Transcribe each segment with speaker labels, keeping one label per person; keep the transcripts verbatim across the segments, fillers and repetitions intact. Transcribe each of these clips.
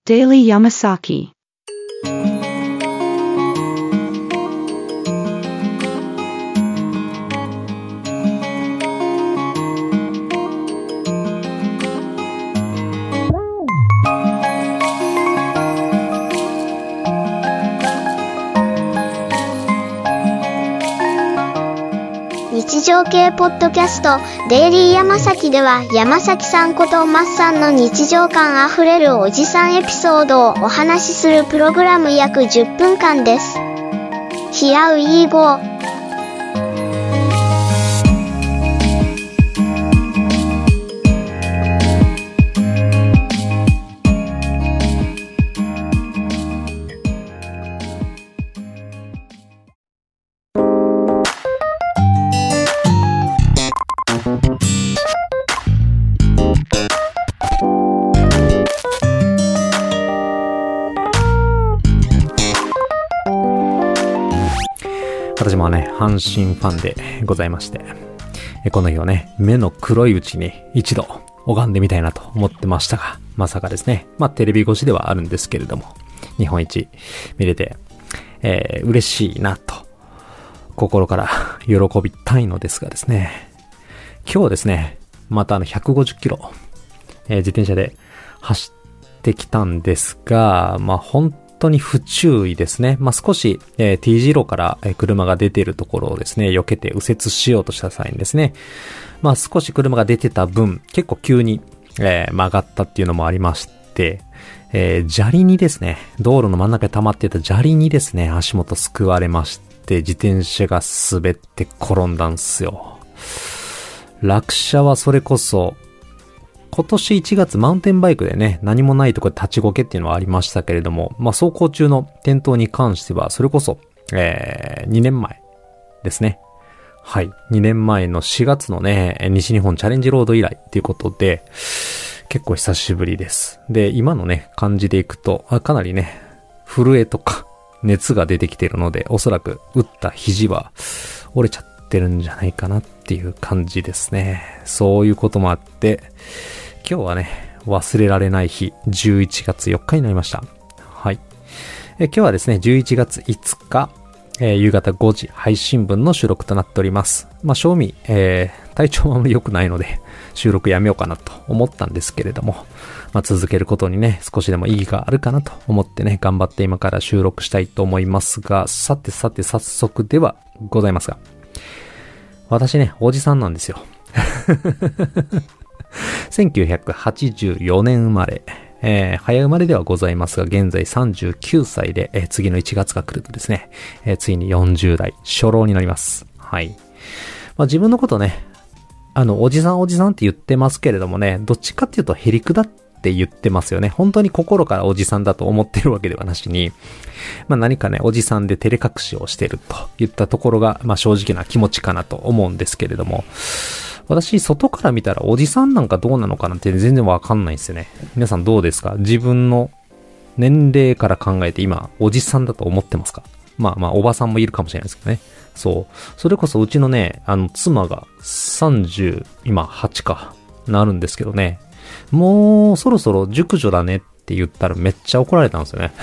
Speaker 1: Daily Yamasaki。
Speaker 2: 日常系ポッドキャストデイリーヤマサキでは山崎さんことマッさんの日常感あふれるおじさんエピソードをお話しするプログラム約じゅっぷんかんです。Here we go。
Speaker 3: 私もね、阪神ファンでございまして、この日をね、目の黒いうちに一度拝んでみたいなと思ってましたが、まさかですね、まあテレビ越しではあるんですけれども、日本一見れて、えー、嬉しいなと、心から喜びたいのですがですね、今日ですね、またあのひゃくごじゅっキロ、えー、自転車で走ってきたんですが、まあ本当本当に不注意ですね。まあ、少し、えー、T 字路から、えー、車が出ているところをですね、避けて右折しようとした際にですね、まあ、少し車が出てた分、結構急に、えー、曲がったっていうのもありまして、えー、砂利にですね、道路の真ん中に溜まっていた砂利にですね、足元すくわれまして、自転車が滑って転んだんすよ。落車はそれこそ、今年いちがつマウンテンバイクでね、何もないところで立ちこけっていうのはありましたけれども、まあ走行中の転倒に関しては、それこそ、えー、にねんまえですね。はい。にねんまえのしがつのね、西日本チャレンジロード以来っていうことで、結構久しぶりです。で、今のね、感じでいくと、かなりね、震えとか熱が出てきているので、おそらく打った肘は折れちゃってるんじゃないかなっていう感じですね。そういうこともあって、今日はね、忘れられない日、じゅういちがつよっかになりました。はい。え今日はですね、じゅういちがついつか、えー、夕方ごじ配信分の収録となっております。まあ、正味、えー、体調はあまり良くないので、収録やめようかなと思ったんですけれども、まあ、続けることにね、少しでも意義があるかなと思ってね、頑張って今から収録したいと思いますが、さてさて早速ではございますが、私ね、おじさんなんですよ。せんきゅうひゃくはちじゅうよねん生まれ、えー、早生まれではございますが、現在さんじゅうきゅうさいで、えー、次のいちがつが来るとですね、えー、ついによんじゅうだい初老になります。はい。まあ、自分のことね、あの、おじさんおじさんって言ってますけれどもね、どっちかっていうとへりくだって言ってますよね。本当に心からおじさんだと思ってるわけではなしに、まあ何かね、おじさんで照れ隠しをしてるといったところが、まあ正直な気持ちかなと思うんですけれども、私、外から見たらおじさんなんかどうなのかなって全然わかんないんですよね。皆さんどうですか？自分の年齢から考えて今、おじさんだと思ってますか？まあまあ、おばさんもいるかもしれないですけどね。そう。それこそうちのね、あの、妻がさんじゅう、今、はちか、なるんですけどね。もう、そろそろ熟女だねって言ったらめっちゃ怒られたんですよね。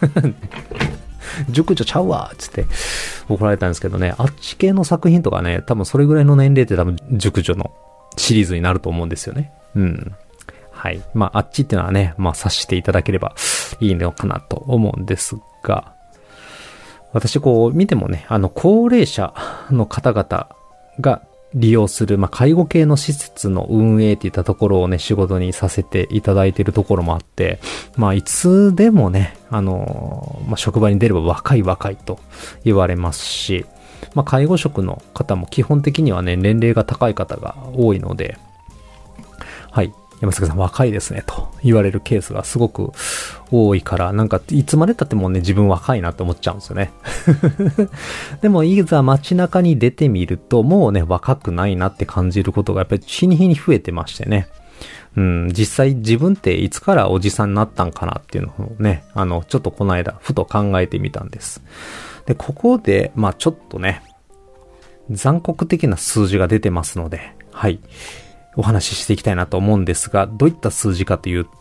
Speaker 3: 熟女ちゃうわーっつって怒られたんですけどね、あっち系の作品とかね、多分それぐらいの年齢って多分熟女のシリーズになると思うんですよね。うん。はい。まあ、あっちっていうのはね、まあ、察していただければいいのかなと思うんですが、私こう見てもね、あの、高齢者の方々が利用する、まあ、介護系の施設の運営っていったところをね、仕事にさせていただいているところもあって、まあ、いつでもね、あの、まあ、職場に出れば若い若いと言われますし、まあ、介護職の方も基本的にはね、年齢が高い方が多いので、はい。山崎さん若いですねと言われるケースがすごく多いから、なんかいつまで経ってもね、自分若いなって思っちゃうんですよね。でもいざ街中に出てみると、もうね、若くないなって感じることがやっぱり日に日に増えてましてね。うん、実際自分っていつからおじさんになったんかなっていうのをね、あの、ちょっとこの間、ふと考えてみたんです。で、ここで、まあちょっとね、残酷的な数字が出てますので、はい。お話ししていきたいなと思うんですが、どういった数字かというと、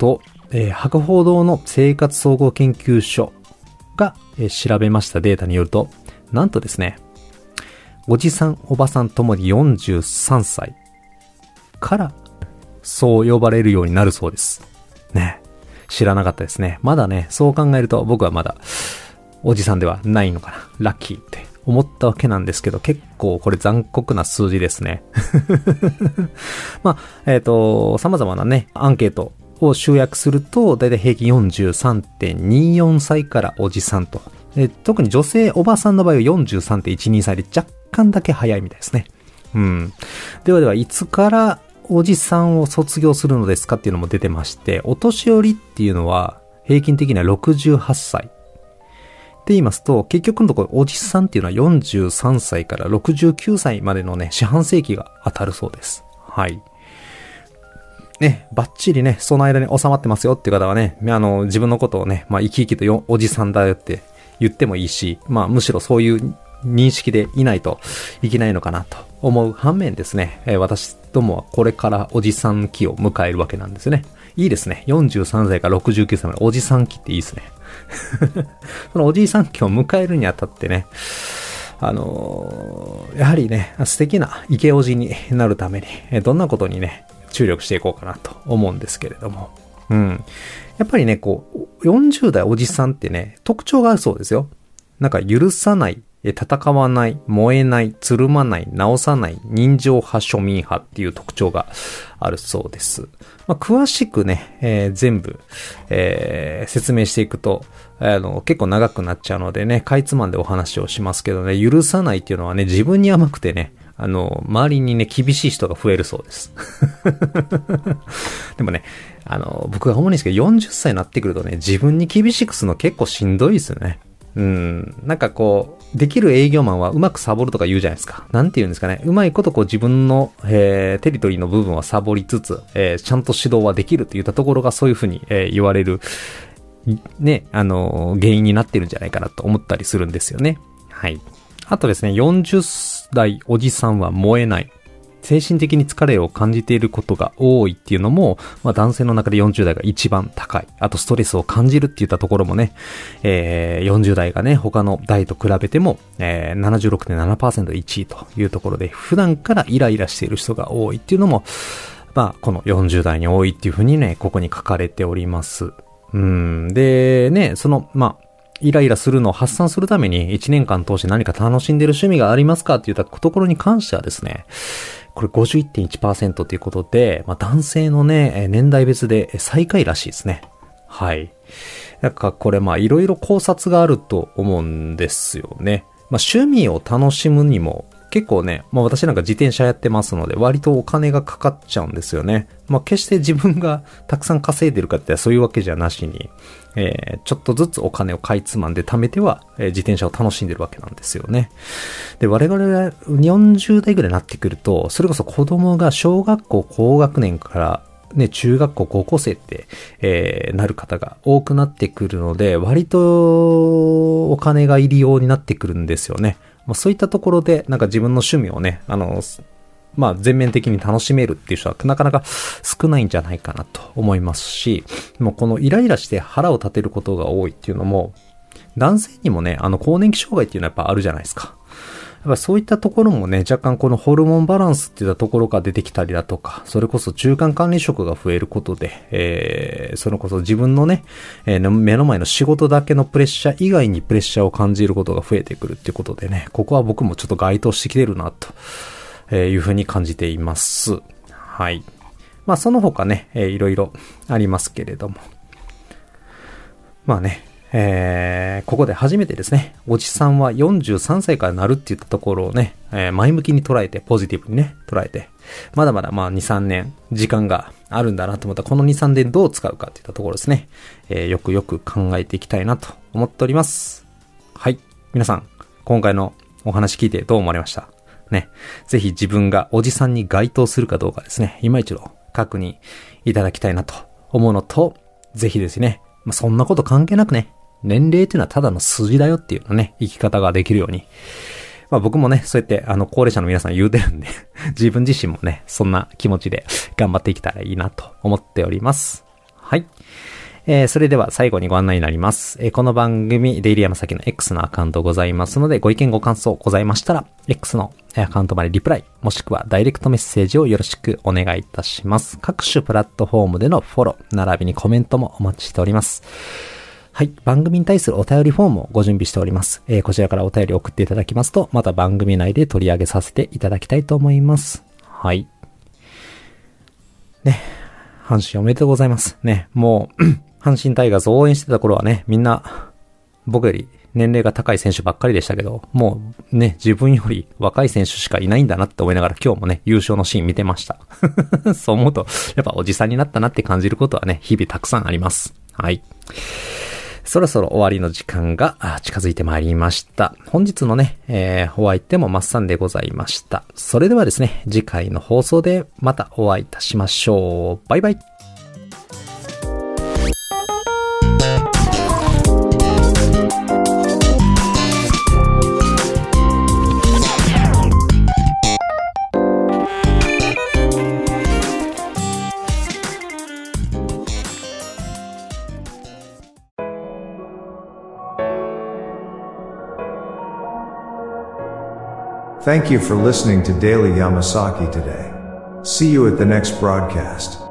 Speaker 3: えー、博報堂の生活総合研究所が、えー、調べましたデータによると、なんとですね、おじさん、おばさんともによんじゅうさんさいからそう呼ばれるようになるそうです。ね。知らなかったですね。まだね、そう考えると僕はまだおじさんではないのかな。ラッキーって思ったわけなんですけど、結構これ残酷な数字ですね。まあ、えっと、様々なね、アンケートを集約すると、だいたい平均 よんじゅうさんてんによんさいからおじさんと。で特に女性、おばさんの場合は よんじゅうさんてんいちにさいで若干だけ早いみたいですね。うん。ではでは、いつからおじさんを卒業するのですかっていうのも出てまして、お年寄りっていうのは平均的にはろくじゅうはっさい。って言いますと、結局のところおじさんっていうのはよんじゅうさんさいからろくじゅうきゅうさいまでのね、四半世紀が当たるそうです。はい。ね、バッチリね、その間に収まってますよっていう方はね、あの、自分のことをね、まあ、生き生きとよおじさんだよって言ってもいいし、まあ、むしろそういう認識でいないといけないのかなと思う反面ですね、えー、私どもはこれからおじさん期を迎えるわけなんですね。いいですね。よんじゅうさんさいからろくじゅうきゅうさいまでおじさん期っていいですね。そのおじいさん期を迎えるにあたってね、あのー、やはりね、素敵なイケおじになるために、どんなことにね、注力していこうかなと思うんですけれども。うん。やっぱりね、こう、よんじゅう代おじさんってね、特徴があるそうですよ。なんか許さない、戦わない、燃えない、つるまない、直さない、人情派、庶民派っていう特徴があるそうです。まあ、詳しくね、えー、全部、えー、説明していくと、あの、結構長くなっちゃうのでね、かいつまんでお話をしますけどね、許さないっていうのはね、自分に甘くてね、あの、周りにね、厳しい人が増えるそうです。でもね、あの、僕が思うんですけど、よんじゅっさいになってくるとね、自分に厳しくするの結構しんどいですよね。うん。なんかこう、できる営業マンはうまくサボるとか言うじゃないですか。なんて言うんですかね。うまいことこう自分の、えー、テリトリーの部分はサボりつつ、えー、ちゃんと指導はできるといったところがそういうふうに、えー、言われる、ね、あのー、原因になってるんじゃないかなと思ったりするんですよね。はい。あとですね、よんじゅっ代おじさんは燃えない。精神的に疲れを感じていることが多いっていうのも、まあ男性の中でよんじゅう代が一番高い。あとストレスを感じるっていったところもね、えー、よんじゅう代がね、他の代と比べても、えー、ななじゅうろくてんななパーセントいちいというところで、普段からイライラしている人が多いっていうのも、まあこのよんじゅう代に多いっていうふうにね、ここに書かれております。うん。で、ね、その、まあ、イライラするのを発散するためにいちねんかん通して何か楽しんでる趣味がありますかって言ったところに関してはですね、これ ごじゅういってんいちパーセント ということで、まあ、男性のね、年代別で最下位らしいですね。はい。なんかこれまあいろいろ考察があると思うんですよね。まあ趣味を楽しむにも結構ね、まあ私なんか自転車やってますので割とお金がかかっちゃうんですよね。まあ決して自分がたくさん稼いでるかってそういうわけじゃなしに、えー、ちょっとずつお金を買いつまんで貯めては、えー、自転車を楽しんでるわけなんですよね。で、我々はよんじゅう代ぐらいになってくると、それこそ子供が小学校高学年からね、中学校高校生って、えー、なる方が多くなってくるので、割とお金が入りようになってくるんですよね。まあ、そういったところで、なんか自分の趣味をね、あの、まあ、全面的に楽しめるっていう人はなかなか少ないんじゃないかなと思いますし、もうこのイライラして腹を立てることが多いっていうのも、男性にもね、あの、更年期障害っていうのはやっぱあるじゃないですか。やっぱそういったところもね、若干このホルモンバランスっていったところが出てきたりだとか、それこそ中間管理職が増えることで、えー、それこそ自分のね、えー、目の前の仕事だけのプレッシャー以外にプレッシャーを感じることが増えてくるっていうことでね、ここは僕もちょっと該当してきてるな、というふうに感じています。はい。まあその他ね、えー、いろいろありますけれども。まあね、えー、ここで初めてですね、おじさんはよんじゅうさんさいからなるって言ったところをね、えー、前向きに捉えて、ポジティブにね、捉えて、まだまだまあに、さんねん時間があるんだなと思ったら、このに、さんねんどう使うかっていったところですね、えー、よくよく考えていきたいなと思っております。はい。皆さん、今回のお話聞いてどう思われましたね。ぜひ自分がおじさんに該当するかどうかですね、今一度確認いただきたいなと思うのと、ぜひですね、まあ、そんなこと関係なくね、年齢っていうのはただの数字だよっていうのね、生き方ができるように。まあ僕もね、そうやってあの高齢者の皆さん言うてるんで、自分自身もね、そんな気持ちで頑張っていけたらいいなと思っております。はい。 えー、それでは最後にご案内になります。えー、この番組、デイリーヤマサキの X のアカウントございますので、ご意見ご感想ございましたら、X のアカウントまでリプライ、もしくはダイレクトメッセージをよろしくお願いいたします。各種プラットフォームでのフォロー、並びにコメントもお待ちしております。はい。番組に対するお便りフォームをご準備しております。えー、こちらからお便り送っていただきますと、また番組内で取り上げさせていただきたいと思います。はい。ね。阪神おめでとうございます。ね。もう、阪神タイガースを応援してた頃はね、みんな、僕より年齢が高い選手ばっかりでしたけど、もうね、自分より若い選手しかいないんだなって思いながら今日もね、優勝のシーン見てました。そう思うと、やっぱおじさんになったなって感じることはね、日々たくさんあります。はい。そろそろ終わりの時間が近づいてまいりました。本日のね、えー、お相手もマッサンでございました。それではですね、次回の放送でまたお会いいたしましょう。バイバイ。
Speaker 1: Thank you for listening to Daily Yamasaki today. See you at the next broadcast.